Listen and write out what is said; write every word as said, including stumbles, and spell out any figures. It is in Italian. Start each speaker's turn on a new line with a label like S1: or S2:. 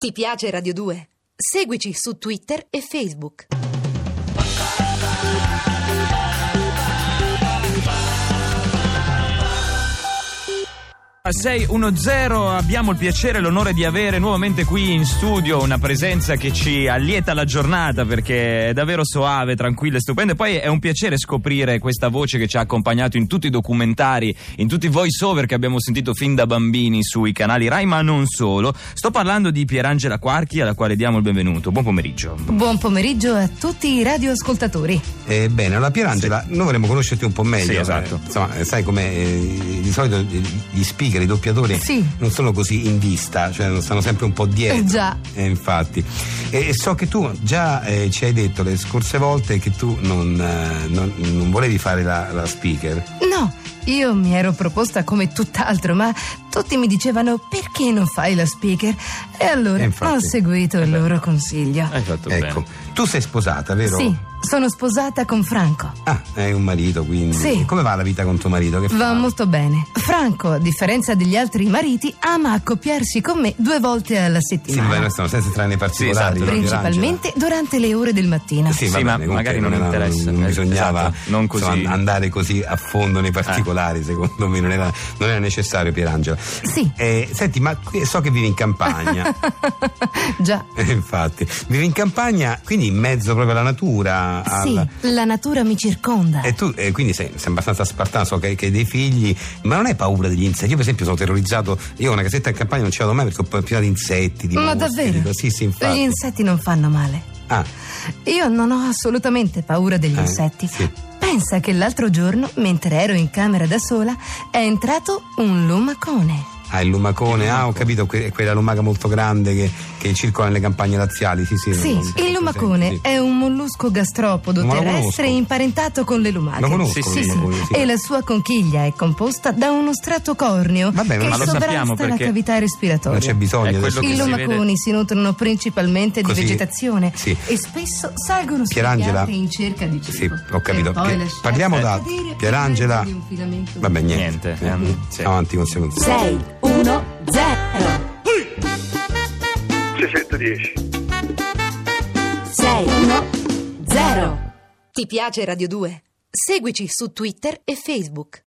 S1: Ti piace Radio due? Seguici su Twitter e Facebook.
S2: sei uno zero abbiamo il piacere e l'onore di avere nuovamente qui in studio una presenza che ci allieta la giornata, perché è davvero soave, tranquilla e stupenda. E poi è un piacere scoprire questa voce che ci ha accompagnato in tutti i documentari, in tutti i voice over che abbiamo sentito fin da bambini sui canali Rai, ma non solo. Sto parlando di Pierangela Quarchi, alla quale diamo il benvenuto. Buon pomeriggio.
S3: Buon pomeriggio a tutti i radioascoltatori.
S4: Eh, bene, allora Pierangela, sì. Noi vorremmo conoscerti un po' meglio.
S2: Sì, esatto.
S4: Eh, insomma, sai come eh, di solito gli speaker, i doppiatori, sì, non sono così in vista, cioè non stanno sempre un po' dietro.
S3: Eh già.
S4: Eh, infatti. E, e so che tu già eh, ci hai detto le scorse volte che tu non, eh, non, non volevi fare la, la speaker.
S3: No, io mi ero proposta come tutt'altro, ma tutti mi dicevano: perché non fai la speaker? E allora
S4: eh
S3: ho seguito il
S2: beh.
S3: loro consiglio.
S2: Hai fatto
S4: ecco,
S2: bene.
S4: Tu sei sposata, vero?
S3: Sì, sono sposata con Franco.
S4: Ah, hai un marito, quindi.
S3: Sì.
S4: Come va la vita con tuo marito? Che
S3: Va
S4: fa?
S3: molto bene. Franco, a differenza degli altri mariti, ama accoppiarsi con me due volte alla
S4: Sì,
S3: settimana.
S4: vabbè, noi stiamo senza entrare nei particolari.
S2: Sì, esatto.
S3: Principalmente durante le ore del mattino.
S4: Sì,
S2: Sì,
S4: va
S2: ma
S4: bene,
S2: magari
S4: comunque
S2: non
S4: era-
S2: interessa.
S4: Non
S2: Eh,
S4: bisognava
S2: esatto, non così.
S4: insomma, andare così a fondo nei particolari, secondo me non era, non era necessario, Pierangela.
S3: Sì.
S4: Eh, senti, ma qui- so che vivi in campagna.
S3: Già.
S4: Eh, infatti, vivi in campagna, quindi in mezzo proprio alla natura.
S3: Sì,
S4: alla-
S3: la natura mi circonda.
S4: E tu eh, quindi sei, sei abbastanza spartano, so che, che hai dei figli, ma non hai paura degli insetti? Io per esempio sono terrorizzato, io ho una casetta in campagna, non ci vado mai perché ho pieno di insetti, di
S3: Ma
S4: mosche,
S3: davvero?
S4: di- Sì, sì, infatti.
S3: Gli insetti non fanno male.
S4: Ah,
S3: Io non ho assolutamente paura degli
S4: Eh,
S3: insetti.
S4: sì.
S3: Pensa che l'altro giorno, mentre ero in camera da sola, è entrato un lumacone.
S4: ah, il lumacone, ah, ho capito, que- è quella lumaca molto grande che, che circola nelle campagne laziali, sì, sì.
S3: Sì,
S4: lo- lo-
S3: il lumacone
S4: sì.
S3: è un mollusco gastropodo
S4: Ma lo
S3: terrestre
S4: conosco.
S3: imparentato con le lumache.
S4: Lo conosco,
S2: Sì,
S3: Sì,
S2: il
S3: sì.
S4: lumacone, sì.
S3: E la sua conchiglia è composta da uno strato corneo
S4: Vabbè,
S3: che
S4: ma
S2: lo sappiamo
S3: sovrasta la
S2: perché
S3: cavità respiratoria.
S4: Non c'è bisogno
S2: È
S4: adesso.
S2: quello
S3: I
S2: che si
S3: lumaconi
S2: vede.
S3: si nutrono principalmente di
S4: Così,
S3: vegetazione
S4: sì.
S3: e spesso salgono sui
S4: Pierangela?
S3: piatti in cerca di cibo.
S4: Sì, ho capito.
S3: Per poi
S4: Che-
S3: lasciarsi
S4: parliamo da-
S3: cadere
S4: Pierangela-
S3: per mezzo di un filamento.
S4: Vabbè, niente.
S2: Niente,
S4: Eh,
S2: ehm, sì.
S4: Avanti con secondo.
S5: sei uno zero
S6: seicentodieci.
S5: sei uno zero.
S1: Ti piace Radio due? Seguici su Twitter e Facebook.